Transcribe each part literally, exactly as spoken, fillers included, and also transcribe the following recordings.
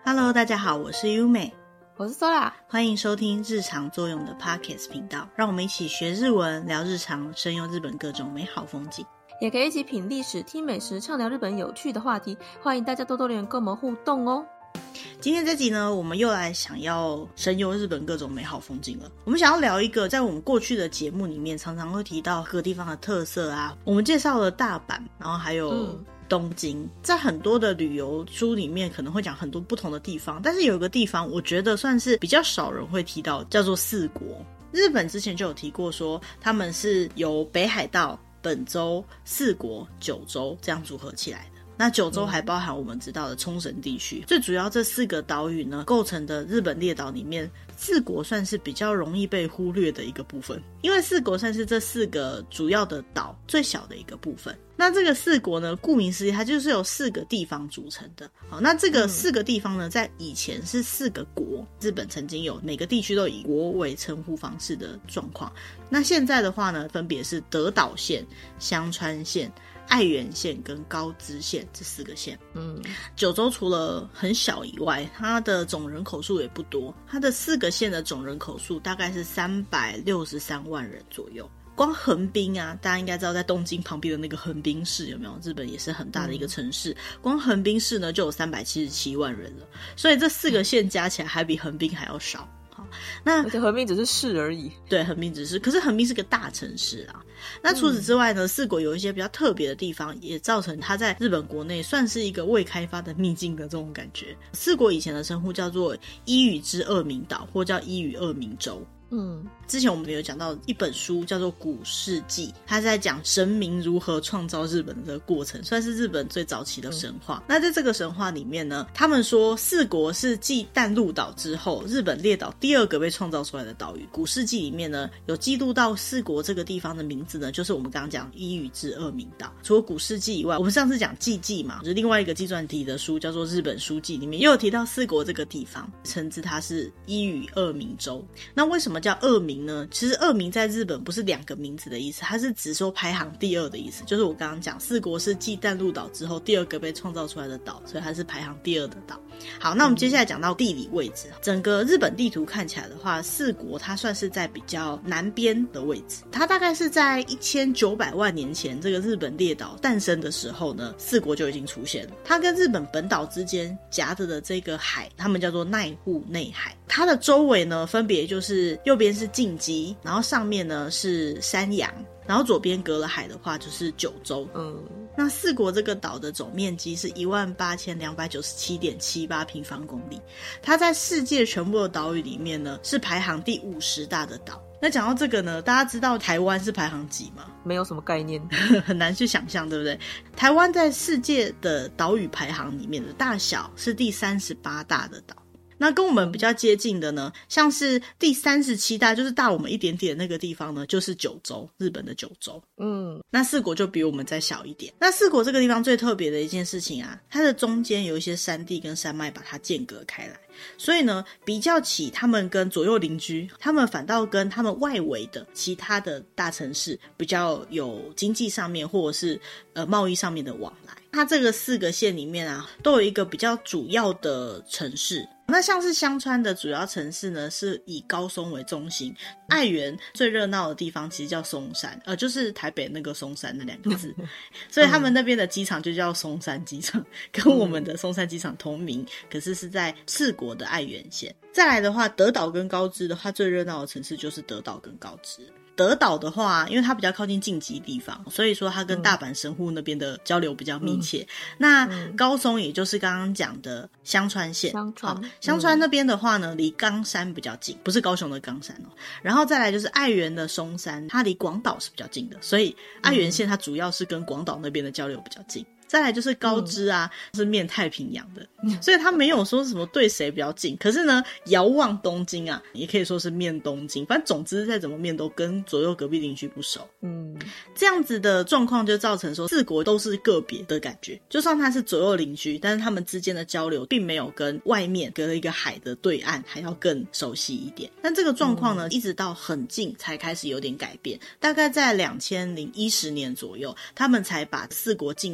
Hello， 大家好，我是优美， 我是 Sola， 欢迎收听日常作用的 Podcast 频道，让我们一起学日文，聊日常，深游日本各种美好风景， 也可以一起品历史、听美食，畅聊日本有趣的话题。欢迎大家多多留言跟我们互动哦。 今天这集呢，我们又来想要深游日本各种美好风景了。我们想要聊一个在我们过去的节目里面常常会提到各个地方的特色啊，我们介绍了大阪，然后还有、嗯东京，在很多的旅游书里面可能会讲很多不同的地方，但是有一个地方我觉得算是比较少人会提到，叫做四国。日本之前就有提过说他们是由北海道、本州、四国、九州这样组合起来的。那九州还包含我们知道的冲绳地区、嗯、最主要这四个岛屿呢构成的日本列岛里面，四国算是比较容易被忽略的一个部分，因为四国算是这四个主要的岛最小的一个部分。那这个四国呢，顾名思义它就是由四个地方组成的。好，那这个四个地方呢、嗯、在以前是四个国，日本曾经有每个地区都以国为称呼方式的状况。那现在的话呢，分别是德岛县、香川县、爱媛县跟高知县这四个县。嗯，九州除了很小以外，它的总人口数也不多，它的四个县的总人口数大概是三百六十三万人左右。光横滨啊，大家应该知道在东京旁边的那个横滨市有没有？日本也是很大的一个城市、嗯、光横滨市呢就有三百七十七万人了，所以这四个县加起来还比横滨还要少。那而且横滨只是市而已， 对，横滨只是，可是横滨是个大城市啊。那除此之外呢、嗯、四国有一些比较特别的地方，也造成它在日本国内算是一个未开发的秘境的这种感觉。四国以前的称呼叫做伊予之二名岛，或叫伊予二名州。嗯，之前我们有讲到一本书叫做《古世纪》，它在讲神明如何创造日本的这个过程，算是日本最早期的神话、嗯、那在这个神话里面呢，他们说四国是继淡路岛之后日本列岛第二个被创造出来的岛屿。《古世纪》里面呢有记录到四国这个地方的名字呢，就是我们刚刚讲伊予之二名岛。除了《古世纪》以外，我们上次讲纪纪嘛，就是另外一个纪传体的书叫做《日本书纪》，里面又有提到四国这个地方，称之它是伊予二名州。那为什么叫二名呢？其实二名在日本不是两个名字的意思，它是只说排行第二的意思，就是我刚刚讲四国是继淡路岛之后第二个被创造出来的岛，所以它是排行第二的岛。好，那我们接下来讲到地理位置。整个日本地图看起来的话，四国它算是在比较南边的位置，它大概是在一千九百万年前这个日本列岛诞生的时候呢，四国就已经出现了。它跟日本本岛之间夹着的这个海，他们叫做濑户内海，它的周围呢分别就是右边是近畿，然后上面呢是山阳，然后左边隔了海的话就是九州。嗯，那四国这个岛的总面积是一万八千两百九十七点七八平方公里，它在世界全部的岛屿里面呢是排行第五十大的岛。那讲到这个呢，大家知道台湾是排行几吗？ 没有什么概念很难去想象，对不对？台湾在世界的岛屿排行里面的大小是第三十八大的岛。那跟我们比较接近的呢，像是第三十七大，就是大我们一点点的那个地方呢，就是九州，日本的九州。嗯，那四国就比我们再小一点。那四国这个地方最特别的一件事情啊，它的中间有一些山地跟山脉把它间隔开来，所以呢，比较起他们跟左右邻居，他们反倒跟他们外围的其他的大城市比较有经济上面或者是呃贸易上面的往来。它这个四个县里面啊，都有一个比较主要的城市。那像是香川的主要城市呢，是以高松为中心。爱媛最热闹的地方其实叫松山，呃，就是台北那个松山那两个字，所以他们那边的机场就叫松山机场，跟我们的松山机场同名，可是是在四国的爱媛县。再来的话，德岛跟高知的话，最热闹的城市就是德岛跟高知。德岛的话，因为它比较靠近近畿地方，所以说它跟大阪神户那边的交流比较密切。嗯、那、嗯、高松也就是刚刚讲的香川县，香川、嗯、香川那边的话呢，离冈山比较近，不是高雄的冈山哦。然后再来就是爱媛的松山，它离广岛是比较近的，所以爱媛县它主要是跟广岛那边的交流比较近。再来就是高知啊、嗯、是面太平洋的，所以它没有说什么对谁比较近，可是呢遥望东京啊也可以说是面东京，反正总之再怎么面都跟左右隔壁邻居不熟。嗯，这样子的状况就造成说四国都是个别的感觉，就算它是左右邻居，但是他们之间的交流并没有跟外面隔了一个海的对岸还要更熟悉一点。但这个状况呢、嗯、一直到很近才开始有点改变，大概在两千零一十年左右，他们才把四国境内的所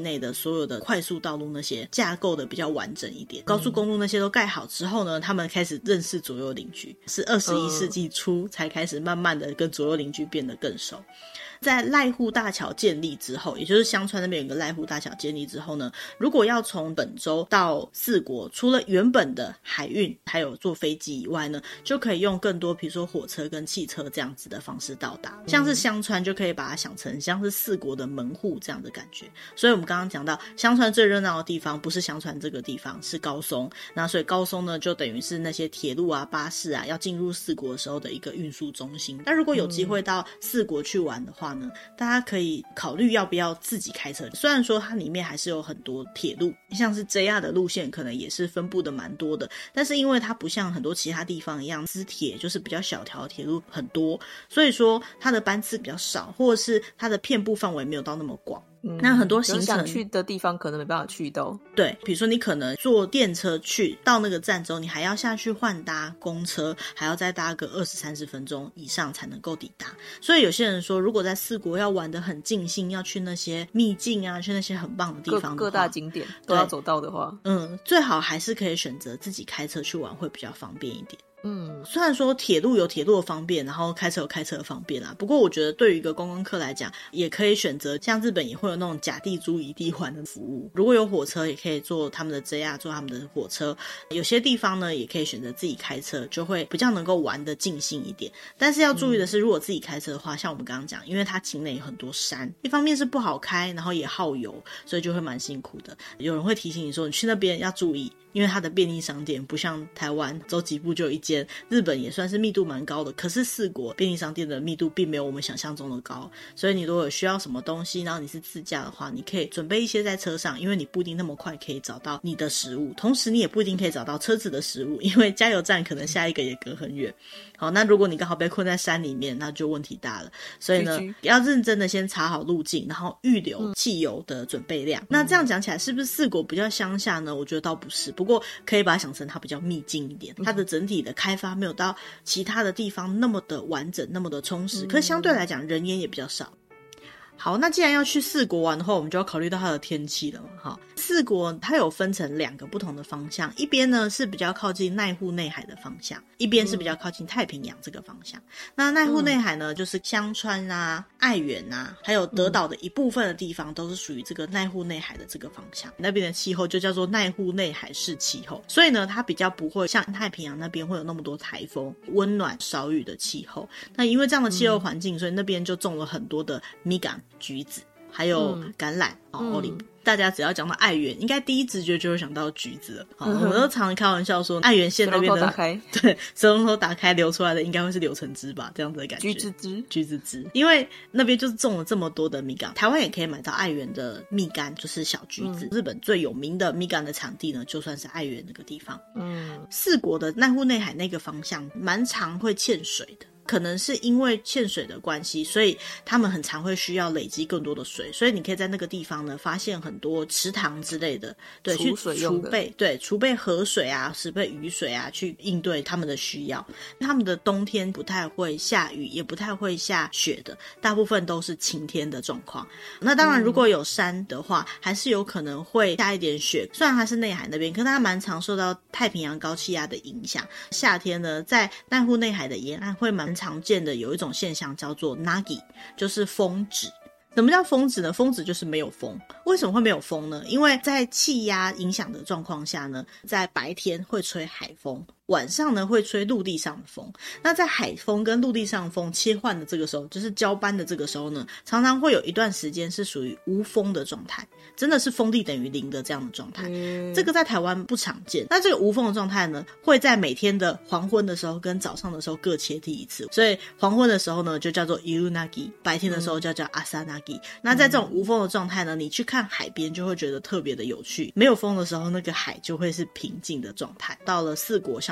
所有的快速道路那些架构的比较完整一点，高速公路那些都盖好之后呢，他们开始认识左右邻居，是二十一世纪初才开始慢慢的跟左右邻居变得更熟。在濑户大桥建立之后，也就是香川那边有个濑户大桥建立之后呢，如果要从本州到四国，除了原本的海运还有坐飞机以外呢，就可以用更多比如说火车跟汽车这样子的方式到达。像是香川就可以把它想成像是四国的门户这样的感觉。所以我们刚刚讲到香川最热闹的地方不是香川这个地方，是高松。那所以高松呢就等于是那些铁路啊巴士啊要进入四国的时候的一个运输中心。那如果有机会到四国去玩的话呢，大家可以考虑要不要自己开车。虽然说它里面还是有很多铁路，像是 J R 的路线可能也是分布的蛮多的，但是因为它不像很多其他地方一样私铁就是比较小条的铁路很多，所以说它的班次比较少，或者是它的遍布范围没有到那么广。嗯、那很多行程想去的地方可能没办法去到。 对，比如说你可能坐电车去到那个站之后，你还要下去换搭公车，还要再搭个二十三十分钟以上才能够抵达。所以有些人说，如果在四国要玩得很尽兴，要去那些秘境啊，去那些很棒的地方的话，各各大景点都要走到的话， 嗯，最好还是可以选择自己开车去玩，会比较方便一点。 嗯， 虽然说铁路有铁路的方便，然后开车有开车的方便啦，不过我觉得对于一个观光客来讲，也可以选择像日本也会有那种甲地租乙地还的服务。如果有火车，也可以坐他们的 J R， 坐他们的火车。有些地方呢，也可以选择自己开车，就会比较能够玩得尽兴一点。但是要注意的是，如果自己开车的话，像我们刚刚讲，因为它境内有很多山，一方面是不好开，然后也耗油，所以就会蛮辛苦的。有人会提醒你说，你去那边要注意，因为它的便利商店不像台湾走几步就有一间，日本也算是密度蛮高的，可是四国便利商店的密度并没有我们想象中的高，所以你如果有需要什么东西，然后你是自驾的话，你可以准备一些在车上，因为你不一定那么快可以找到你的食物，同时你也不一定可以找到车子的食物，因为加油站可能下一个也隔很远。好，那如果你刚好被困在山里面，那就问题大了。所以呢，要认真的先查好路径，然后预留汽油的准备量。嗯、那这样讲起来，是不是四国比较乡下呢？我觉得倒不是，不过可以把它想成它比较秘境一点，它的整体的开发没有到其他的地方那么的完整，那么的充实，可是相对来讲人烟也比较少。好，那既然要去四国玩的话，我们就要考虑到它的天气了嘛。哈，四国它有分成两个不同的方向，一边呢是比较靠近濑户内海的方向，一边是比较靠近太平洋这个方向。那濑户内海呢，就是香川啊、爱媛啊，还有德岛的一部分的地方，都是属于这个濑户内海的这个方向。那边的气候就叫做濑户内海式气候，所以呢，它比较不会像太平洋那边会有那么多台风，温暖少雨的气候。那因为这样的气候环境，所以那边就种了很多的米柑。橘子还有橄榄、嗯、哦，嗯、大家只要讲到爱媛，应该第一直觉就会想到橘子了。好、嗯，我们都常常开玩笑说，爱媛县那边的打开， 对，水龙头打开流出来的应该会是柳橙汁吧，这样子的感觉。 橘子汁， 橘子汁，因为那边就是种了这么多的蜜柑，台湾也可以买到爱媛的蜜柑，就是小橘子。嗯、日本最有名的蜜柑的产地呢，就算是爱媛那个地方。嗯，四国的濑户内海那个方向，蛮常会欠水的。可能是因为欠水的关系，所以他们很常会需要累积更多的水，所以你可以在那个地方呢发现很多池塘之类的，对，去储备，对，储备河水啊，储备雨水啊，去应对他们的需要。他们的冬天不太会下雨，也不太会下雪的，大部分都是晴天的状况。那当然，如果有山的话，还是有可能会下一点雪。虽然它是内海那边，可是它蛮常受到太平洋高气压的影响。夏天呢，在濑户内海的沿岸会蛮常见的有一种现象叫做 nagi， 就是风止。什么叫风止呢？风止就是没有风。为什么会没有风呢？因为在气压影响的状况下呢，在白天会吹海风，晚上呢会吹陆地上的风。那在海风跟陆地上风切换的这个时候，就是交班的这个时候呢，常常会有一段时间是属于无风的状态，真的是风力等于零的这样的状态。嗯、这个在台湾不常见。那这个无风的状态呢，会在每天的黄昏的时候跟早上的时候各切替一次。所以黄昏的时候呢，就叫做 Yunagi， 白天的时候就叫 Asanagi。那在这种无风的状态呢，你去看海边就会觉得特别的有趣。没有风的时候，那个海就会是平静的状态。到了四国，想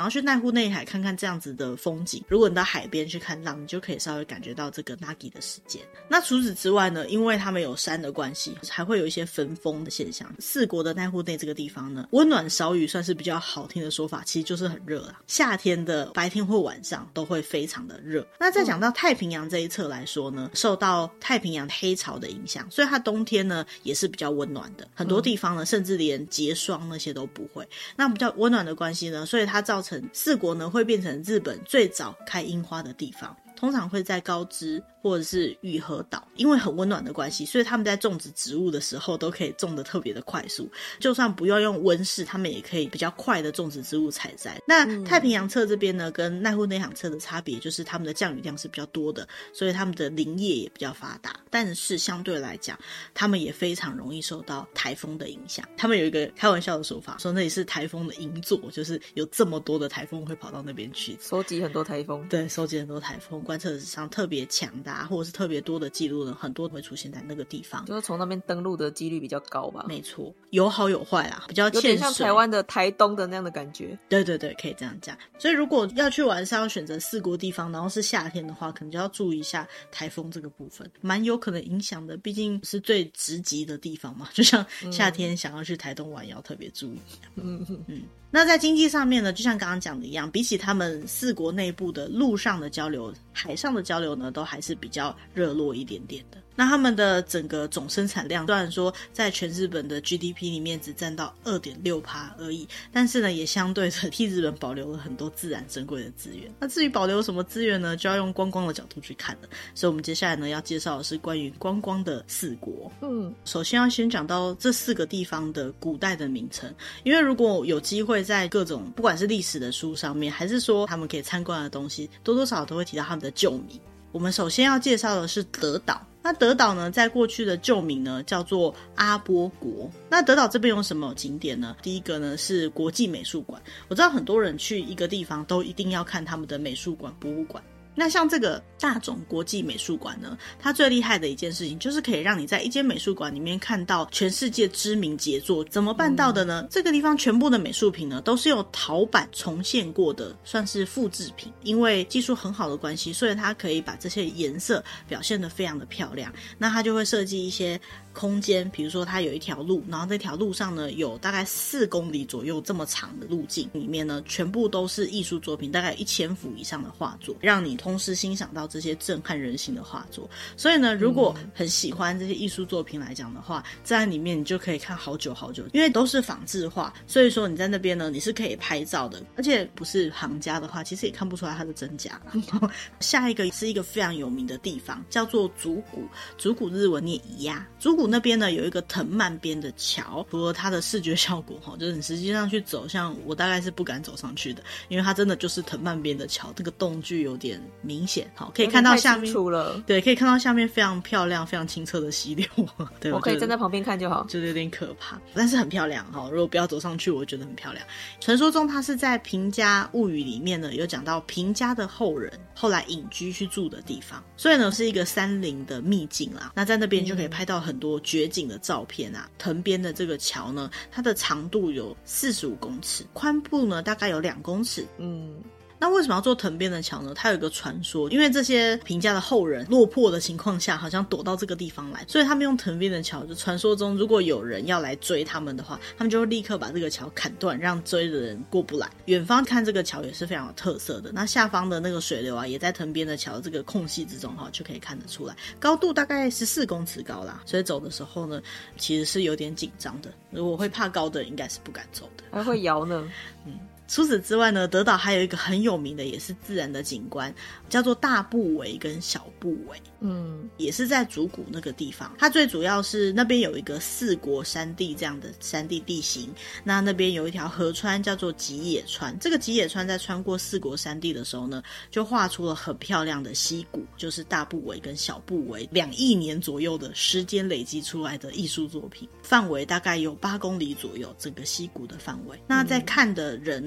要去濑户内海看看这样子的风景，如果你到海边去看浪，你就可以稍微感觉到这个 Nagi 的时间。那除此之外呢，因为他们有山的关系，还会有一些分风的现象。四国的濑户内这个地方呢，温暖少雨算是比较好听的说法，其实就是很热啦，夏天的白天或晚上都会非常的热。那再讲到太平洋这一侧来说呢，受到太平洋黑潮的影响，所以它冬天呢也是比较温暖的，很多地方呢甚至连结霜那些都不会。那比较温暖的关系呢，所以它造成四国呢会变成日本最早开樱花的地方，通常会在高知或者是雨河岛，因为很温暖的关系，所以他们在种植植物的时候都可以种得特别的快速，就算不要用温室，他们也可以比较快的种植植物采摘。那太平洋侧这边呢，跟濑户内海侧的差别就是他们的降雨量是比较多的，所以他们的林业也比较发达，但是相对来讲他们也非常容易受到台风的影响。他们有一个开玩笑的说法，说那里是台风的银座，就是有这么多的台风会跑到那边去收集很多台风。 对，收集很多台风，观测史上特别强的啊，或者是特别多的记录呢，很多会出现在那个地方， 就是从那边登陆的几率比较高吧。 没错，有好有坏啦，比较欠水， 有点像台湾的台东的那样的感觉。 对对对，可以这样讲。所以如果要去玩是要选择四国地方，然后是夏天的话，可能就要注意一下台风这个部分，蛮有可能影响的，毕竟是最直击的地方嘛，就像夏天想要去台东玩也要特别注意。嗯嗯。那在经济上面呢，就像刚刚讲的一样，比起他们四国内部的陆上的交流，海上的交流呢，都还是比较热络一点点的。那他们的整个总生产量，虽然说在全日本的 G D P 里面只占到 百分之二点六 而已，但是呢，也相对的替日本保留了很多自然珍贵的资源。那至于保留什么资源呢，就要用观光的角度去看了。所以我们接下来呢，要介绍的是关于观光的四国。嗯，首先要先讲到这四个地方的古代的名称，因为如果有机会在各种不管是历史的书上面，还是说他们可以参观的东西，多多少少都会提到他们的旧名。我们首先要介绍的是德岛。那德岛呢，在过去的旧名呢叫做阿波国。那德岛这边有什么景点呢？第一个呢是国际美术馆。我知道很多人去一个地方都一定要看他们的美术馆、博物馆。那像这个大冢国际美术馆呢，它最厉害的一件事情就是可以让你在一间美术馆里面看到全世界知名杰作。怎么办到的呢？嗯、这个地方全部的美术品呢都是用陶板重现过的，算是复制品。因为技术很好的关系，所以它可以把这些颜色表现得非常的漂亮。那它就会设计一些空间，比如说它有一条路，然后这条路上呢有大概四公里左右这么长的路径，里面呢全部都是艺术作品，大概一千幅以上的画作，让你同时欣赏到这些震撼人心的画作。所以呢，如果很喜欢这些艺术作品来讲的话，在里面你就可以看好久好久，因为都是仿制画，所以说你在那边呢你是可以拍照的，而且不是行家的话其实也看不出来它的真假啦。下一个是一个非常有名的地方，叫做竹谷。竹谷日文念伊呀。竹谷那边呢有一个藤蔓边的桥，除了它的视觉效果，就是你实际上去走，像我大概是不敢走上去的，因为它真的就是藤蔓边的桥，这个动距有点明显，好，可以看到下面，对，可以看到下面非常漂亮、非常清澈的溪流。对， 我可以站在旁边看就好， 就是有点可怕，但是很漂亮哈。如果不要走上去，我觉得很漂亮。传说中，它是在平家物语里面呢，有讲到平家的后人后来隐居去住的地方，所以呢是一个山林的秘境啦。那在那边就可以拍到很多绝景的照片啊。藤边的这个桥呢，它的长度有四十五公尺，宽度呢大概有两公尺。嗯。那为什么要做藤边的桥呢？它有一个传说，因为这些平家的后人落魄的情况下好像躲到这个地方来，所以他们用藤边的桥，就传说中如果有人要来追他们的话，他们就会立刻把这个桥砍断，让追的人过不来。远方看这个桥也是非常有特色的，那下方的那个水流啊也在藤边的桥这个空隙之中就可以看得出来，高度大概十四公尺高啦，所以走的时候呢其实是有点紧张的，如果会怕高的人应该是不敢走的， 还会摇呢。 嗯，除此之外呢，德岛还有一个很有名的也是自然的景观，叫做大部围跟小部围。嗯，也是在竹谷那个地方。它最主要是那边有一个四国山地这样的山地地形，那那边有一条河川叫做吉野川，这个吉野川在穿过四国山地的时候呢，就画出了很漂亮的溪谷，就是大部围跟小部围两亿年左右的时间累积出来的艺术作品，范围大概有八公里左右，整个溪谷的范围。那在看的人呢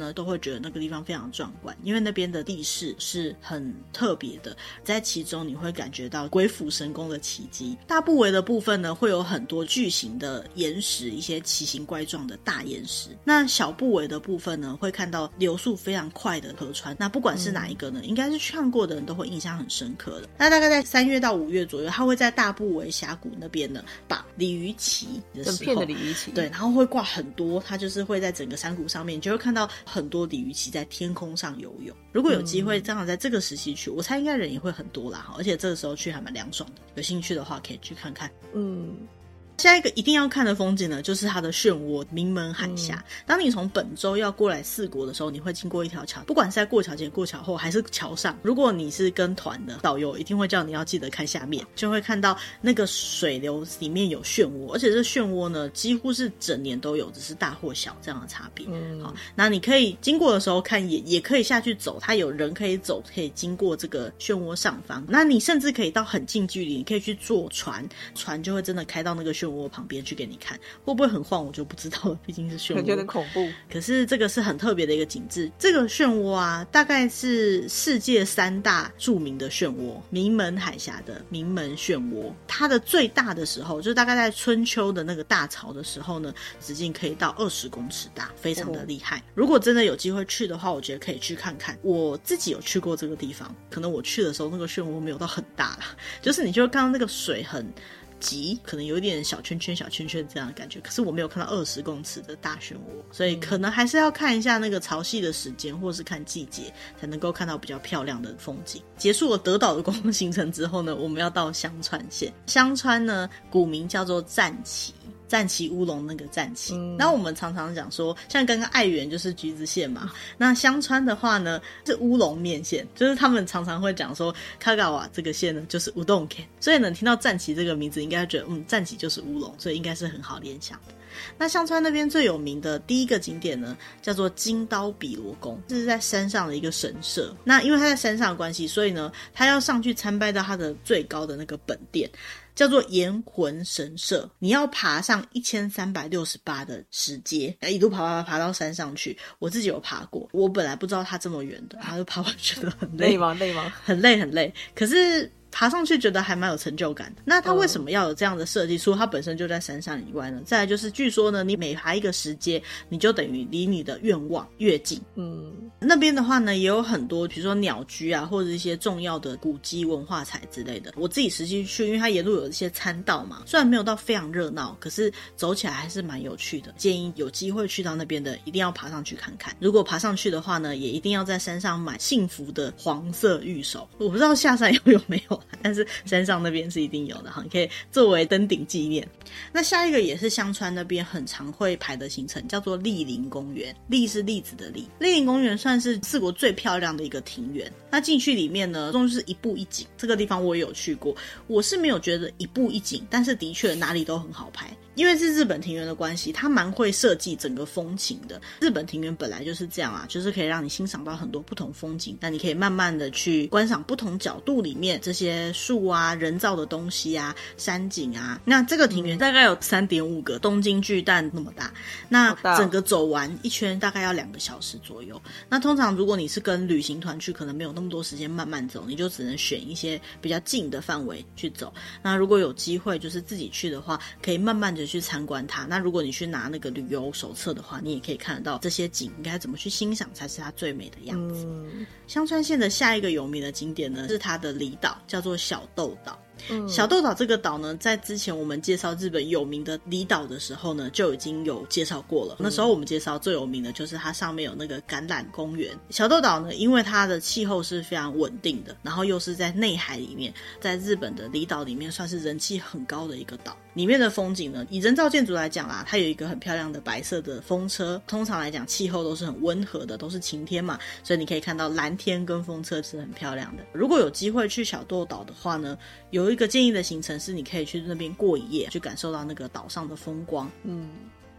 呢都会觉得那个地方非常壮观，因为那边的地势是很特别的，在其中你会感觉到鬼斧神工的奇迹。大部围的部分呢会有很多巨型的岩石，一些奇形怪状的大岩石。那小部围的部分呢会看到流速非常快的河川，那不管是哪一个呢、嗯、应该是去看过的人都会印象很深刻的。那大概在三月到五月左右，它会在大部围峡谷那边呢把鲤鱼旗的时候，整片的鲤鱼旗， 对，然后会挂很多，它就是会在整个山谷上面，你就会看到很多鲤鱼旗在天空上游泳。如果有机会正好在这个时期去、嗯、我猜应该人也会很多啦，而且这个时候去还蛮凉爽的，有兴趣的话可以去看看。嗯，下一个一定要看的风景呢，就是它的漩涡名门海峡、嗯、当你从本州要过来四国的时候，你会经过一条桥，不管是在过桥前过桥后还是桥上，如果你是跟团的，导游一定会叫你要记得看下面，就会看到那个水流里面有漩涡，而且这漩涡呢几乎是整年都有，只是大或小这样的差别、嗯、好，那你可以经过的时候看，也也可以下去走，它有人可以走，可以经过这个漩涡上方，那你甚至可以到很近距离，你可以去坐船，船就会真的开到那个漩涡旁边去给你看，会不会很晃我就不知道了，毕竟是漩涡， 感觉有点恐怖。 可是这个是很特别的一个景致。这个漩涡啊，大概是世界三大著名的漩涡，名门海峡的名门漩涡，它的最大的时候，就是大概在春秋的那个大潮的时候呢，直径可以到二十公尺大，非常的厉害、哦、如果真的有机会去的话，我觉得可以去看看。我自己有去过这个地方，可能我去的时候那个漩涡没有到很大啦，就是你就会看到那个水很急，可能有一点小圈圈小圈圈这样的感觉，可是我没有看到二十公尺的大漩涡，所以可能还是要看一下那个潮汐的时间，或是看季节，才能够看到比较漂亮的风景。结束了德岛的观光行程之后呢，我们要到香川县。香川呢，古名叫做战旗，战旗乌龙那个战旗、嗯、那我们常常讲说，像刚刚爱媛就是橘子县嘛，那香川的话呢是乌龙面线，就是他们常常会讲说香川这个县呢就是乌冬县，所以呢听到战旗这个名字应该觉得嗯战旗就是乌龙，所以应该是很好联想的。那香川那边最有名的第一个景点呢叫做金刀比罗宫，这是在山上的一个神社。那因为它在山上的关系，所以呢他要上去参拜到它的最高的那个本殿，叫做岩魂神社，你要爬上一千三百六十八的石阶，一路爬爬爬爬到山上去。我自己有爬过，我本来不知道它这么远的，然后就爬完觉得很累。 累吗？累吗？ 很累很累，可是爬上去觉得还蛮有成就感的。那它为什么要有这样的设计？除了它本身就在山上以外呢，再来就是据说呢，你每爬一个石阶，你就等于离你的愿望越近。嗯，那边的话呢，也有很多比如说鸟居啊，或者一些重要的古迹文化财之类的。我自己实际去，因为它沿路有一些参道嘛，虽然没有到非常热闹，可是走起来还是蛮有趣的。建议有机会去到那边的，一定要爬上去看看。如果爬上去的话呢，也一定要在山上买幸福的黄色玉手。我不知道下山有有没有，但是山上那边是一定有的哈，你可以作为登顶纪念。那下一个也是香川那边很常会排的行程，叫做栗林公园。栗是栗子的栗，栗林公园算是四国最漂亮的一个庭园。那进去里面呢，就是一步一景，这个地方我也有去过，我是没有觉得一步一景，但是的确哪里都很好拍。因为是日本庭园的关系，它蛮会设计整个风情的。日本庭园本来就是这样啊，就是可以让你欣赏到很多不同风景，但你可以慢慢的去观赏不同角度里面这些树啊、人造的东西啊、山景啊。那这个庭园大概有 三点五 个东京巨蛋那么大，那整个走完一圈大概要两个小时左右。那通常如果你是跟旅行团去，可能没有那么多时间慢慢走，你就只能选一些比较近的范围去走。那如果有机会就是自己去的话，可以慢慢的去参观它。那如果你去拿那个旅游手册的话，你也可以看得到这些景应该怎么去欣赏才是它最美的样子。嗯、香川县的下一个有名的景点呢，是它的离岛，叫做小豆岛。嗯、小豆岛这个岛呢，在之前我们介绍日本有名的离岛的时候呢，就已经有介绍过了。嗯、那时候我们介绍最有名的就是它上面有那个橄榄公园。小豆岛呢，因为它的气候是非常稳定的，然后又是在内海里面，在日本的离岛里面算是人气很高的一个岛。里面的风景呢，以人造建筑来讲啦，它有一个很漂亮的白色的风车。通常来讲，气候都是很温和的，都是晴天嘛，所以你可以看到蓝天跟风车是很漂亮的。如果有机会去小豆岛的话呢，有有一个建议的行程是你可以去那边过一夜，去感受到那个岛上的风光。嗯，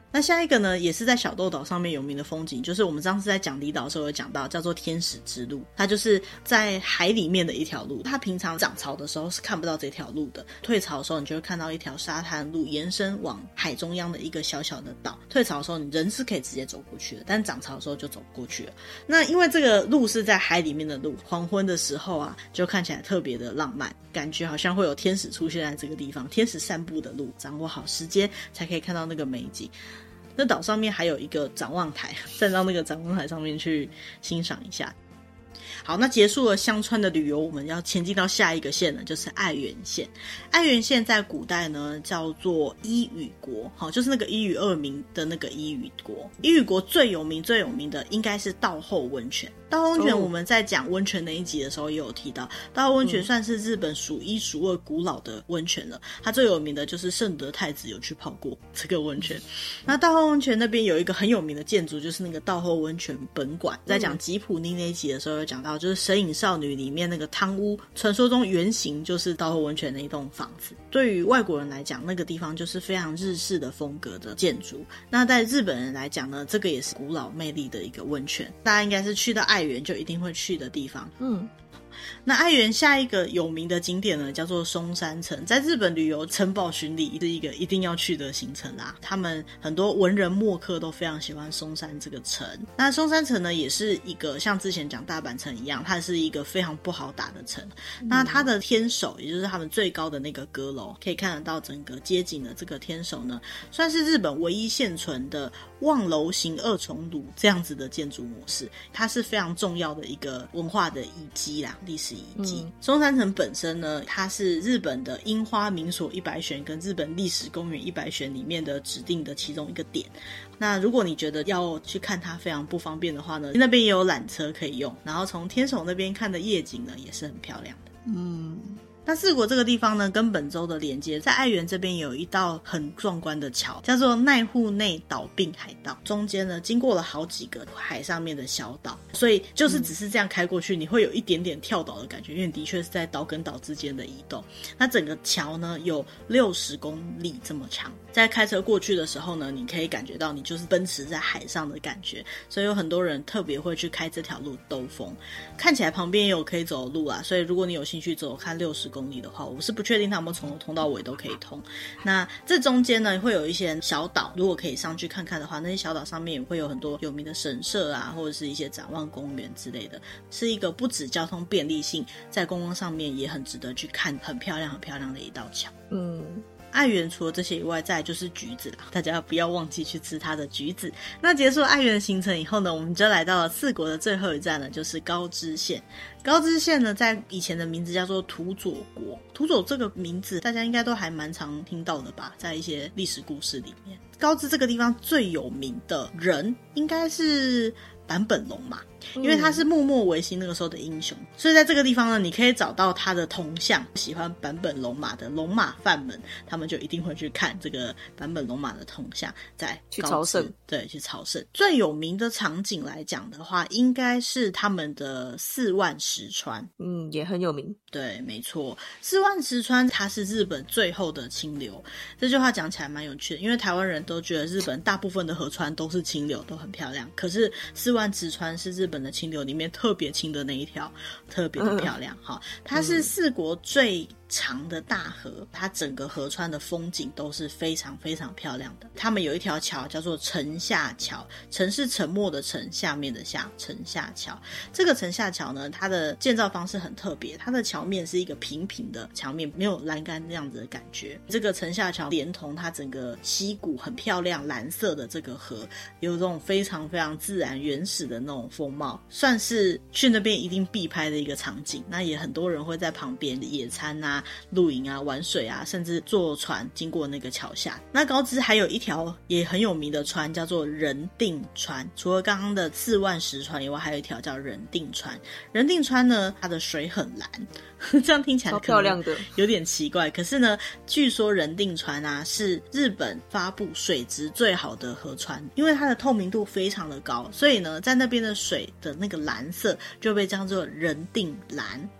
那下一个呢，也是在小豆岛上面有名的风景，就是我们上次在讲离岛的时候有讲到，叫做天使之路。它就是在海里面的一条路，它平常涨潮的时候是看不到这条路的，退潮的时候你就会看到一条沙滩路延伸往海中央的一个小小的岛，退潮的时候你人是可以直接走过去的，但涨潮的时候就走不过去了。那因为这个路是在海里面的路，黄昏的时候啊就看起来特别的浪漫，感觉好像会有天使出现在这个地方，天使散步的路，掌握好时间才可以看到那个美景。那岛上面还有一个展望台，站到那个展望台上面去欣赏一下。好，那结束了香川的旅游，我们要前进到下一个县呢，就是爱媛县。爱媛县在古代呢叫做伊予国，好，就是那个伊予二名的那个伊予国。伊予国最有名最有名的应该是稻后温泉。稻后温泉我们在讲温泉那一集的时候也有提到，稻后温泉算是日本数一数二古老的温泉了。它最有名的就是圣德太子有去泡过这个温泉。那稻后温泉那边有一个很有名的建筑，就是那个稻后温泉本馆。在讲吉普尼那一集的时候有讲到，就是神隐少女里面那个汤屋，传说中原型就是稻后温泉的一栋房子。对于外国人来讲，那个地方就是非常日式的风格的建筑。那在日本人来讲呢，这个也是古老魅力的一个温泉，大家应该是去到爱媛就一定会去的地方。嗯，那爱媛下一个有名的景点呢，叫做松山城。在日本旅游城堡巡礼是一个一定要去的行程啦。他们很多文人墨客都非常喜欢松山这个城。那松山城呢，也是一个像之前讲大阪城一样，它是一个非常不好打的城。嗯、那它的天守，也就是他们最高的那个阁楼，可以看得到整个街景的这个天守呢，算是日本唯一现存的望楼型二重炉这样子的建筑模式。它是非常重要的一个文化的遗迹啦，历史遗迹。嗯、松山城本身呢，它是日本的樱花名所一百选跟日本历史公园一百选里面的指定的其中一个点。那如果你觉得要去看它非常不方便的话呢，那边也有缆车可以用，然后从天守那边看的夜景呢也是很漂亮的。嗯。那四国这个地方呢，跟本州的连接，在爱媛这边有一道很壮观的桥，叫做濑户内岛并海道，中间呢经过了好几个海上面的小岛，所以就是只是这样开过去，嗯、你会有一点点跳岛的感觉，因为的确是在岛跟岛之间的移动。那整个桥呢有六十公里这么长，在开车过去的时候呢，你可以感觉到你就是奔驰在海上的感觉，所以有很多人特别会去开这条路兜风。看起来旁边也有可以走的路啊，所以如果你有兴趣走看六十公里的话，我是不确定他有没有从头通到尾都可以通。那这中间呢会有一些小岛，如果可以上去看看的话，那些小岛上面也会有很多有名的神社啊，或者是一些展望公园之类的，是一个不止交通便利性，在观光上面也很值得去看，很漂亮很漂亮的一道桥。嗯，爱媛除了这些以外，再来就是橘子啦，大家不要忘记去吃它的橘子。那结束爱媛的行程以后呢，我们就来到了四国的最后一站呢，就是高知县。高知县呢，在以前的名字叫做土佐国。土佐这个名字大家应该都还蛮常听到的吧，在一些历史故事里面。高知这个地方最有名的人应该是坂本龙马，因为他是幕末维新那个时候的英雄，所以在这个地方呢，你可以找到他的铜像。喜欢坂本龙马的龙马饭们，他们就一定会去看这个坂本龙马的铜像，在去朝圣。 对，去朝圣。最有名的场景来讲的话，应该是他们的四万石川。 嗯，也很有名。 对，没错，四万石川它是日本最后的清流。这句话讲起来蛮有趣的，因为台湾人都觉得日本大部分的河川都是清流，都很漂亮，可是四万石川是日本的清流里面特别清的那一条，特别的漂亮。好、嗯，它是四国最长的大河，它整个河川的风景都是非常非常漂亮的。他们有一条桥叫做城下桥，城是沉默的沉，下面的下，城下桥。这个城下桥呢，它的建造方式很特别，它的桥面是一个平平的桥面，没有栏杆那样子的感觉。这个城下桥连同它整个溪谷很漂亮蓝色的这个河，有这种非常非常自然原始的那种风貌，算是去那边一定必拍的一个场景。那也很多人会在旁边野餐啊、露营啊、玩水啊，甚至坐船经过那个桥下。那高知还有一条也很有名的船叫做人定川，除了刚刚的四万石川以外，还有一条叫人定川。人定川呢，它的水很蓝，这样听起来超漂亮的， 有点奇怪。可是呢，据说人定川啊是日本发布水质最好的河川，因为它的透明度非常的高，所以呢，在那边的水的那个蓝色就被叫做人定蓝。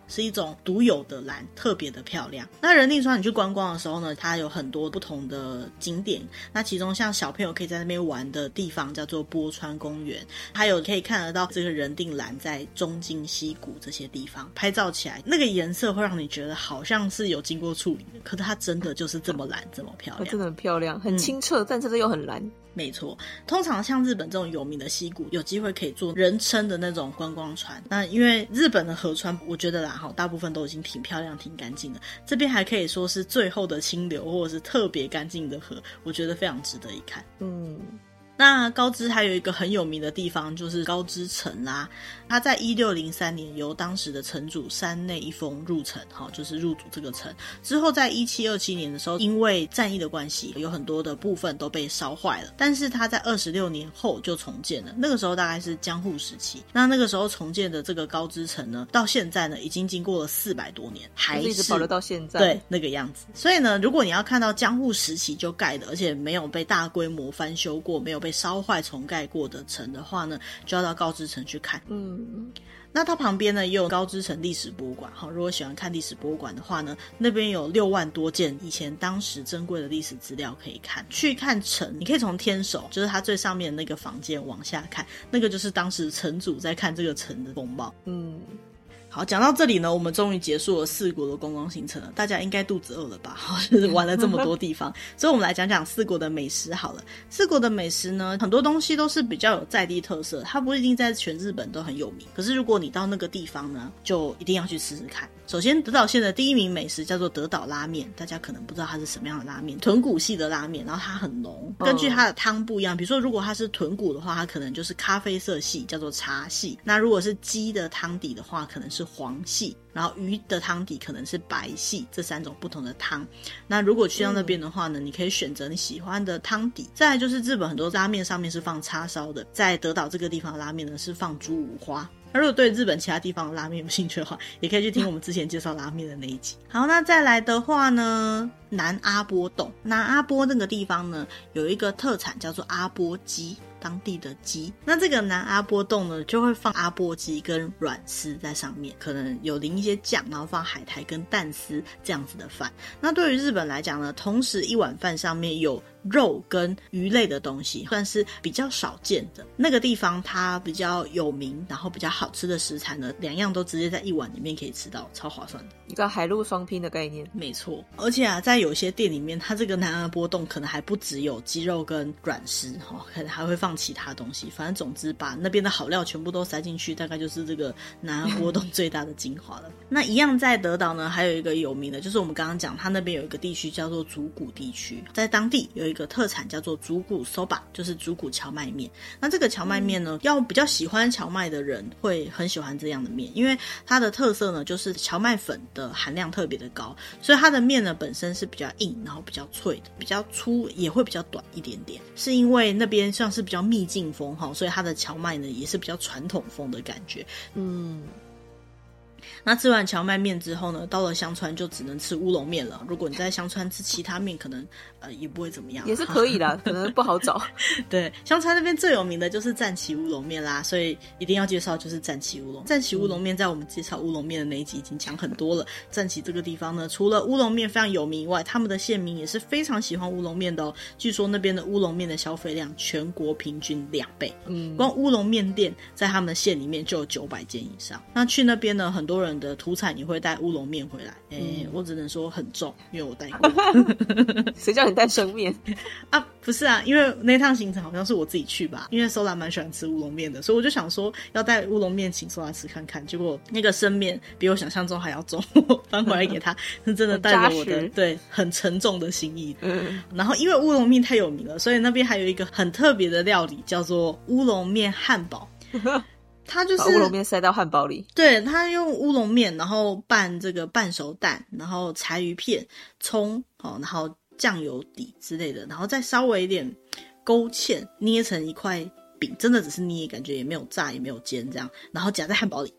是一种独有的蓝，特别的漂亮。那人定川你去观光的时候呢，它有很多不同的景点，那其中像小朋友可以在那边玩的地方叫做波川公园，还有可以看得到这个人定蓝在中津溪谷这些地方拍照起来，那个颜色会让你觉得好像是有经过处理的，可是它真的就是这么蓝这么漂亮， 真的很漂亮，很清澈、嗯、但是又很蓝。 没错，通常像日本这种有名的溪谷，有机会可以坐人称的那种观光船。那因为日本的河川，我觉得啦，大部分都已经挺漂亮、挺干净的。这边还可以说是最后的清流，或者是特别干净的河，我觉得非常值得一看。嗯。那高知还有一个很有名的地方就是高知城啦，它在一六零三年由当时的城主山内一丰入城，就是入主这个城之后，在一七二七年的时候，因为战役的关系，有很多的部分都被烧坏了，但是它在二十六年后就重建了。那个时候大概是江户时期，那那个时候重建的这个高知城呢，到现在呢已经经过了四百多年，还是一直保留到现在， 对那个样子。所以呢，如果你要看到江户时期就盖的，而且没有被大规模翻修过，没有被烧坏重盖过的城的话呢，就要到高知城去看。嗯，那它旁边呢也有高知城历史博物馆。好，如果喜欢看历史博物馆的话呢，那边有六万多件以前当时珍贵的历史资料可以看。去看城，你可以从天守，就是它最上面的那个房间往下看，那个就是当时城主在看这个城的风貌。嗯。好，讲到这里呢，我们终于结束了四国的观光行程了。大家应该肚子饿了吧？就是玩了这么多地方，所以我们来讲讲四国的美食好了。四国的美食呢，很多东西都是比较有在地特色，它不一定在全日本都很有名。可是如果你到那个地方呢，就一定要去试试看。首先，德岛县的第一名美食叫做德岛拉面，大家可能不知道它是什么样的拉面，豚骨系的拉面，然后它很浓，根据它的汤不一样，比如说如果它是豚骨的话，它可能就是咖啡色系，叫做茶系。那如果是鸡的汤底的话，可能是黄系，然后鱼的汤底可能是白系，这三种不同的汤。那如果去到那边的话呢，你可以选择你喜欢的汤底。再来就是日本很多拉面上面是放叉烧的，在德岛这个地方的拉面呢是放猪五花。那如果对日本其他地方的拉面有兴趣的话，也可以去听我们之前介绍拉面的那一集。好，那再来的话呢，南阿波洞。南阿波那个地方呢，有一个特产叫做阿波鸡，当地的鸡。那这个南阿波洞呢，就会放阿波鸡跟软丝在上面，可能有淋一些酱，然后放海苔跟蛋丝这样子的饭。那对于日本来讲呢，同时一碗饭上面有肉跟鱼类的东西，算是比较少见的。那个地方它比较有名，然后比较好吃的食材呢，两样都直接在一碗里面可以吃到，超划算的。 一个海陆双拼的概念。 没错，而且啊，在有些店里面，它这个南阿波洞可能还不只有鸡肉跟软丝，哦，可能还会放其他东西。反正总之把那边的好料全部都塞进去，大概就是这个南阿波洞最大的精华了。那一样在德岛呢，还有一个有名的，就是我们刚刚讲，它那边有一个地区叫做竹谷地区，在当地有一个特产叫做竹谷 soba， 就是竹谷荞麦面。那这个荞麦面呢，要比较喜欢荞麦的人会很喜欢这样的面，因为它的特色呢，就是荞麦粉的含量特别的高，所以它的面呢本身是比较硬，然后比较脆的，比较粗，也会比较短一点点。是因为那边像是比较秘境风，所以它的荞麦呢也是比较传统风的感觉。嗯。那吃完荞麦面之后呢，到了香川就只能吃乌龙面了。如果你在香川吃其他面，可能呃也不会怎么样， 也是可以啦，可能不好找。 对，香川那边最有名的就是赞岐乌龙面啦，所以一定要介绍就是赞岐乌龙。赞岐乌龙面在我们介绍乌龙面的那一集已经讲很多了。赞岐这个地方呢，除了乌龙面非常有名以外，他们的县民也是非常喜欢乌龙面的哦。据说那边的乌龙面的消费量全国平均两倍，嗯，光乌龙面店在他们的县里面就有九百间以上。那去那边呢，很多人的土产也会带乌龙面回来，哎、欸嗯，我只能说很重，因为我带过。 谁叫你带生面啊？不是啊，因为那趟行程好像是我自己去吧，因为 Sola 蛮喜欢吃乌龙面的，所以我就想说要带乌龙面请 Sola 吃看看。结果那个生面比我想象中还要重，我搬回来给他，是真的带着我的对很沉重的心意。嗯，然后因为乌龙面太有名了，所以那边还有一个很特别的料理叫做乌龙面汉堡。它就是把乌龙面塞到汉堡里， 对，它用乌龙面，然后拌这个半熟蛋，然后柴鱼片、葱，哦，然后酱油底之类的，然后再稍微一点勾芡，捏成一块饼，真的只是捏，感觉也没有炸，也没有煎，这样，然后夹在汉堡里。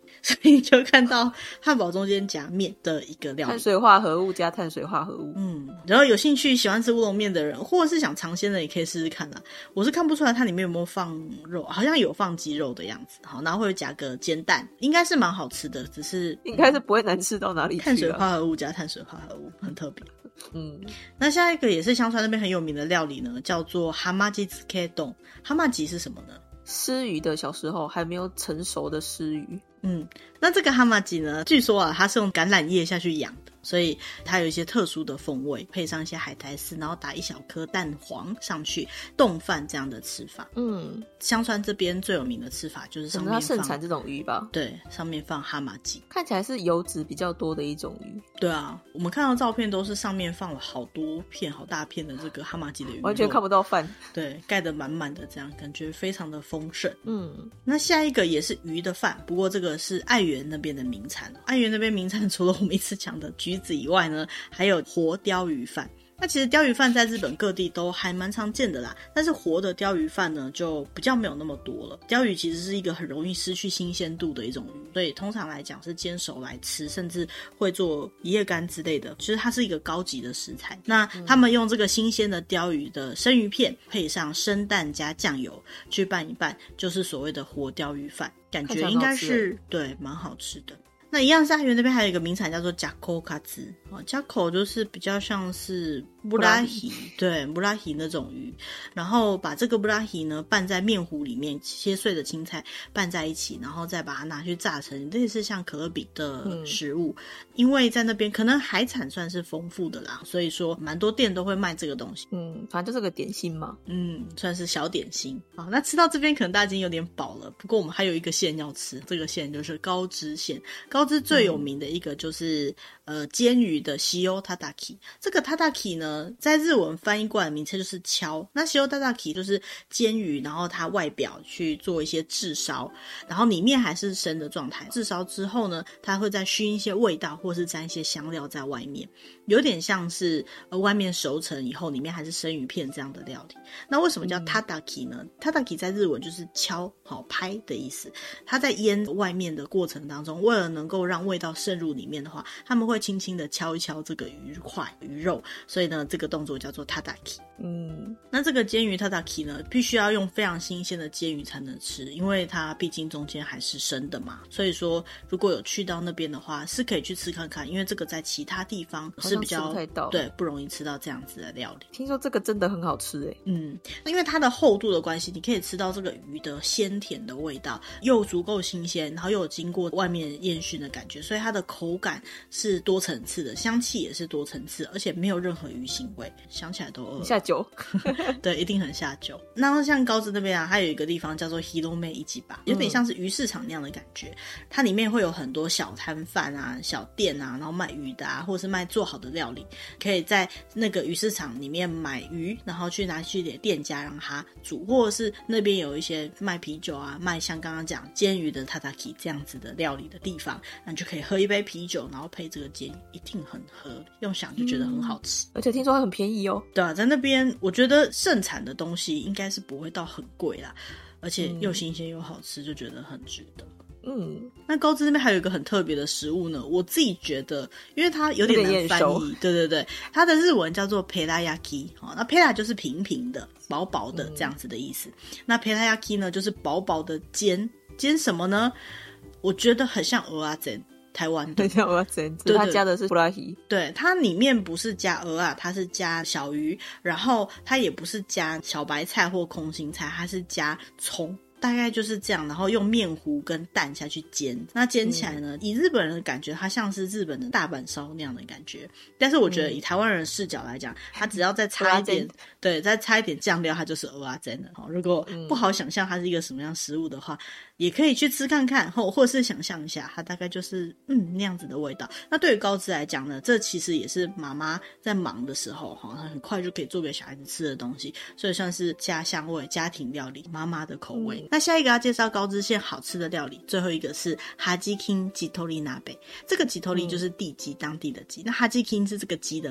所以你就看到汉堡中间夹面的一个料理， 碳水化合物加碳水化合物。 嗯，然后有兴趣喜欢吃乌龙面的人，或者是想尝鲜的，也可以试试看啦。我是看不出来它里面有没有放肉，好像有放鸡肉的样子。好，然后会夹个煎蛋，应该是蛮好吃的，只是应该是不会难吃到哪里去。 碳水化合物加碳水化合物很特别。 嗯， 那下一个也是香川那边很有名的料理呢，叫做哈马吉漬け丼。哈马吉是什么呢？ 虱鱼的小时候还没有成熟的虱鱼。 嗯，那这个哈马吉呢，据说啊，它是用橄榄叶下去养的，所以它有一些特殊的风味，配上一些海苔丝，然后打一小颗蛋黄上去，冻饭这样的吃法。 嗯， 香川这边最有名的吃法就是上面放， 它盛产这种鱼吧？ 对，上面放哈马吉， 看起来是油脂比较多的一种鱼。 对啊，我们看到照片都是上面放了好多片、好大片的这个哈马吉的鱼肉， 完全看不到饭。 对，盖得满满的，这样感觉非常的丰盛。 嗯， 那下一个也是鱼的饭，不过这个是爱媛那边的名产。爱媛那边名产除了我们一直讲的橘子以外呢，还有活鲷鱼饭。那其实鲷鱼饭在日本各地都还蛮常见的啦，但是活的鲷鱼饭呢就比较没有那么多了。鲷鱼其实是一个很容易失去新鲜度的一种鱼，所以通常来讲是煎熟来吃，甚至会做一夜干之类的，其实它是一个高级的食材。那他们用这个新鲜的鲷鱼的生鱼片配上生蛋加酱油去拌一拌，就是所谓的活鲷鱼饭，感觉应该是对蛮好吃的。那一样是爱媛那边还有一个名产叫做加口卡兹，加口就是比较像是布拉希，对，布拉希那种鱼，然后把这个布拉希呢拌在面糊里面，切碎的青菜拌在一起，然后再把它拿去炸成类似像可乐饼的食物。嗯、因为在那边可能海产算是丰富的啦，所以说蛮多店都会卖这个东西。 嗯，反正就是个点心嘛， 嗯，算是小点心。好，那吃到这边可能大家已经有点饱了，不过我们还有一个馅要吃，这个馅就是高知馅。高知最有名的一个就是、嗯、呃煎鱼的西欧塔达基，这个塔达基呢，在日文翻译过来的名称就是敲。那西欧塔达基就是煎鱼，然后它外表去做一些炙烧，然后里面还是生的状态。炙烧之后呢，它会再熏一些味道，或是沾一些香料在外面，有点像是呃外面熟成以后，里面还是生鱼片这样的料理。那为什么叫塔达基呢？塔达基在日文就是敲、好拍的意思。它在腌外面的过程当中，为了能够让味道渗入里面的话，他们会轻轻的敲一敲这个鱼块鱼肉，所以呢这个动作叫做 tataki。 嗯，那这个煎鱼 tataki 呢必须要用非常新鲜的煎鱼才能吃，因为它毕竟中间还是生的嘛，所以说如果有去到那边的话是可以去吃看看，因为这个在其他地方是比较不对不容易吃到这样子的料理。 听说这个真的很好吃耶。 嗯，因为它的厚度的关系，你可以吃到这个鱼的鲜甜的味道，又足够新鲜，然后又有经过外面烟熏的感觉，所以它的口感是多层次的，香气也是多层次，而且没有任何鱼腥味，想起来都饿。 下酒对，一定很下酒。那像高知那边啊，它有一个地方叫做 Hirome Ichiba， 有点像是鱼市场那样的感觉、嗯、它里面会有很多小摊贩啊小店啊，然后卖鱼的啊，或者是卖做好的料理，可以在那个鱼市场里面买鱼，然后去拿去给店家让他煮，或者是那边有一些卖啤酒啊，卖像刚刚讲煎鱼的 tataki 这样子的料理的地方，那你就可以喝一杯啤酒，然后配这个煎鱼，一定很喝，用想就觉得很好吃、嗯、 而且听说很便宜哦。 对啊，在那边我觉得盛产的东西应该是不会到很贵啦，而且又新鲜又好吃，就觉得很值得。嗯，那高知那边还有一个很特别的食物呢，我自己觉得因为它有点难翻译，对对对，它的日文叫做 perayaki、哦、那 pera 就是平平的薄薄的这样子的意思、嗯、那 perayaki 呢就是薄薄的煎煎什么呢？我觉得很像蚵仔煎，台湾的， 很像蚵仔煎，只是它加的是布拉希。 对，它里面不是加蚵仔，它是加小鱼，然后它也不是加小白菜或空心菜，它是加葱，大概就是这样，然后用面糊跟蛋下去煎。那煎起来呢、嗯、以日本人的感觉它像是日本的大阪烧那样的感觉，但是我觉得以台湾人的视角来讲、嗯、它只要再擦一点对，再擦一点酱料，它就是蚵仔煎了。如果不好想象它是一个什么样食物的话、嗯、也可以去吃看看，或或是想象一下它大概就是嗯那样子的味道。那对于高知来讲呢，这其实也是妈妈在忙的时候很快就可以做给小孩子吃的东西，所以算是家乡味家庭料理，妈妈的口味、嗯、那下一个要介绍高知县好吃的料理，最后一个是哈基 king 吉托利拿贝。这个吉托利就是地鸡、嗯、当地的鸡，那哈基 king 是这个鸡的名字。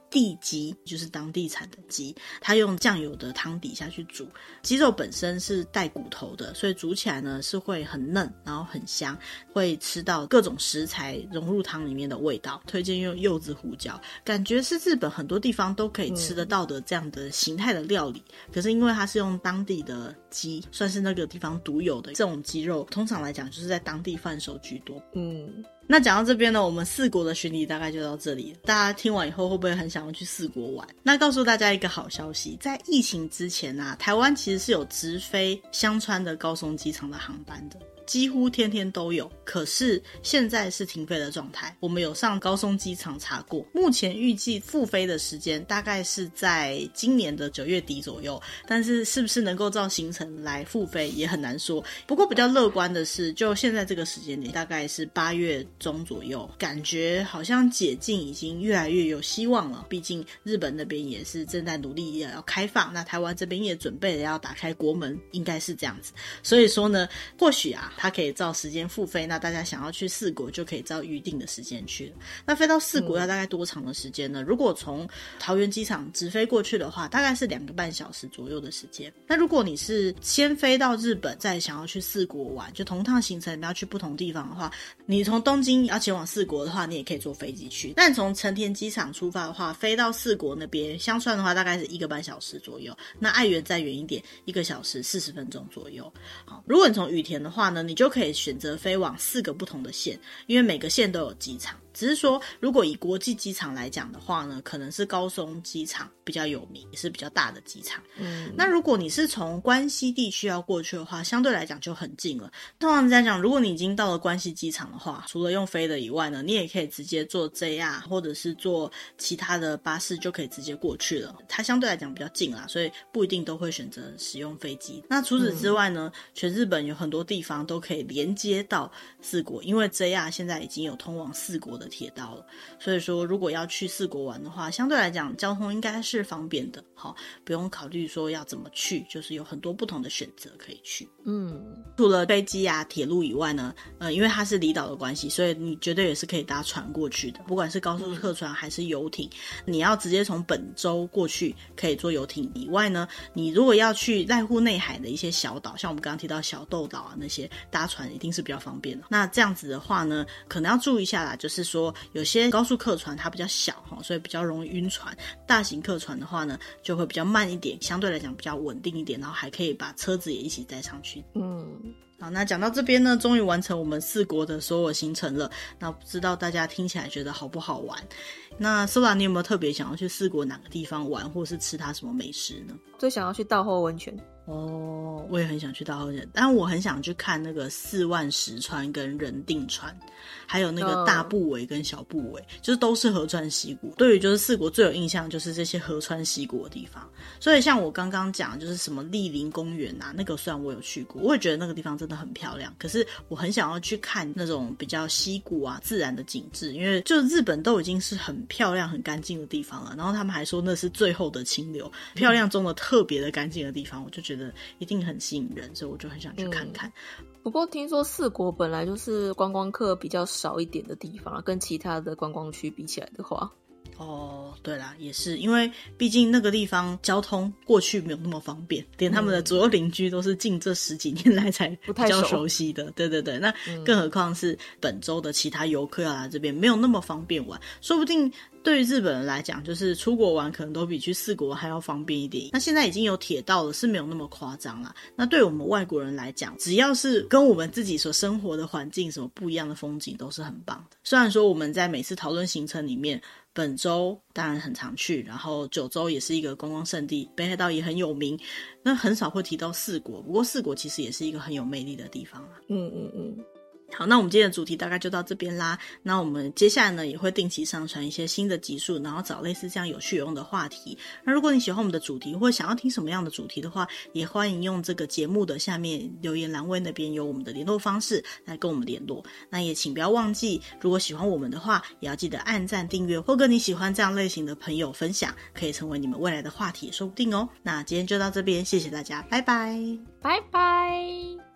地鸡，就是当地产的鸡，它用酱油的汤底下去煮。鸡肉本身是带骨头的，所以煮起来呢是会很嫩，然后很香，会吃到各种食材融入汤里面的味道。推荐用柚子胡椒，感觉是日本很多地方都可以吃得到的这样的形态的料理、嗯、可是因为它是用当地的鸡，算是那个地方独有的这种鸡肉，通常来讲就是在当地贩售居多。 嗯， 那讲到这边呢，我们四国的巡礼大概就到这里。大家听完以后会不会很想要去四国玩？那告诉大家一个好消息，在疫情之前啊，台湾其实是有直飞香川的高松机场的航班的，几乎天天都有，可是现在是停飞的状态。我们有上高松机场查过，目前预计复飞的时间大概是在今年的九月底左右，但是是不是能够照行程来复飞也很难说。不过比较乐观的是，就现在这个时间点，大概是八月中左右，感觉好像解禁已经越来越有希望了。毕竟日本那边也是正在努力要开放，那台湾这边也准备了要打开国门，应该是这样子。所以说呢，或许啊它可以照时间复飞，那大家想要去四国就可以照预定的时间去了。那飞到四国要大概多长的时间呢？嗯、如果从桃园机场直飞过去的话，大概是两个半小时左右的时间。那如果你是先飞到日本再想要去四国玩，就同趟行程你要去不同地方的话，你从东京要前往四国的话，你也可以坐飞机去。但从成田机场出发的话，飞到四国那边香川的话大概是一个半小时左右，那爱媛再远一点，一个小时四十分钟左右。好，如果你从羽田的话呢，你就可以选择飞往四个不同的县，因为每个县都有机场。只是说如果以国际机场来讲的话呢，可能是高松机场比较有名，也是比较大的机场。嗯，那如果你是从关西地区要过去的话，相对来讲就很近了。通常来讲，如果你已经到了关西机场的话，除了用飞的以外呢，你也可以直接坐 J R 或者是坐其他的巴士就可以直接过去了。它相对来讲比较近啦，所以不一定都会选择使用飞机。那除此之外呢、嗯、全日本有很多地方都可以连接到四国，因为 J R 现在已经有通往四国的铁道了，所以说如果要去四国玩的话，相对来讲交通应该是方便的。好，不用考虑说要怎么去，就是有很多不同的选择可以去。嗯，除了飞机啊铁路以外呢，呃，因为它是离岛的关系，所以你绝对也是可以搭船过去的，不管是高速客船还是游艇、嗯、你要直接从本州过去可以坐游艇以外呢，你如果要去濑户内海的一些小岛，像我们刚刚提到小豆岛啊，那些搭船一定是比较方便的。那这样子的话呢，可能要注意一下啦，就是说有些高速客船它比较小，所以比较容易晕船，大型客船的话呢就会比较慢一点，相对来讲比较稳定一点，然后还可以把车子也一起载上去。嗯，好，那讲到这边呢，终于完成我们四国的所有行程了。那不知道大家听起来觉得好不好玩？那 Sola 你有没有特别想要去四国哪个地方玩，或是吃它什么美食呢？ 最想要去稻后温泉。 哦，我也很想去稻后温泉，但我很想去看那个四万石川跟人定川，还有那个大部尾跟小部尾、嗯、就是都是河川溪谷。对于就是四国最有印象就是这些河川溪谷的地方，所以像我刚刚讲就是什么莅林公园啊，那个虽然我有去过，我也觉得那个地方真的很漂亮，可是我很想要去看那种比较溪谷啊自然的景致，因为就日本都已经是很漂亮很干净的地方了，然后他们还说那是最后的清流，漂亮中的特别的干净的地方，我就觉得一定很吸引人，所以我就很想去看看、 嗯、不过听说四国本来就是观光客比较少一点的地方，跟其他的观光区比起来的话。 哦，对啦，也是因为毕竟那个地方交通过去没有那么方便，连他们的左右邻居都是近这十几年来才比较熟悉的。对对对，那更何况是本州的其他游客要来这边没有那么方便玩，说不定对于日本人来讲，就是出国玩可能都比去四国还要方便一点。那现在已经有铁道了，是没有那么夸张啦。那对我们外国人来讲，只要是跟我们自己所生活的环境什么不一样的风景都是很棒的。虽然说我们在每次讨论行程里面，本州当然很常去，然后九州也是一个观光胜地，北海道也很有名，那很少会提到四国，不过四国其实也是一个很有魅力的地方啦。嗯嗯嗯。好，那我们今天的主题大概就到这边啦。那我们接下来呢也会定期上传一些新的集数，然后找类似这样有趣有用的话题。那如果你喜欢我们的主题，或想要听什么样的主题的话，也欢迎用这个节目的下面留言栏位那边有我们的联络方式来跟我们联络。那也请不要忘记，如果喜欢我们的话，也要记得按赞订阅，或跟你喜欢这样类型的朋友分享，可以成为你们未来的话题也说不定哦。那今天就到这边，谢谢大家，拜拜， 拜拜。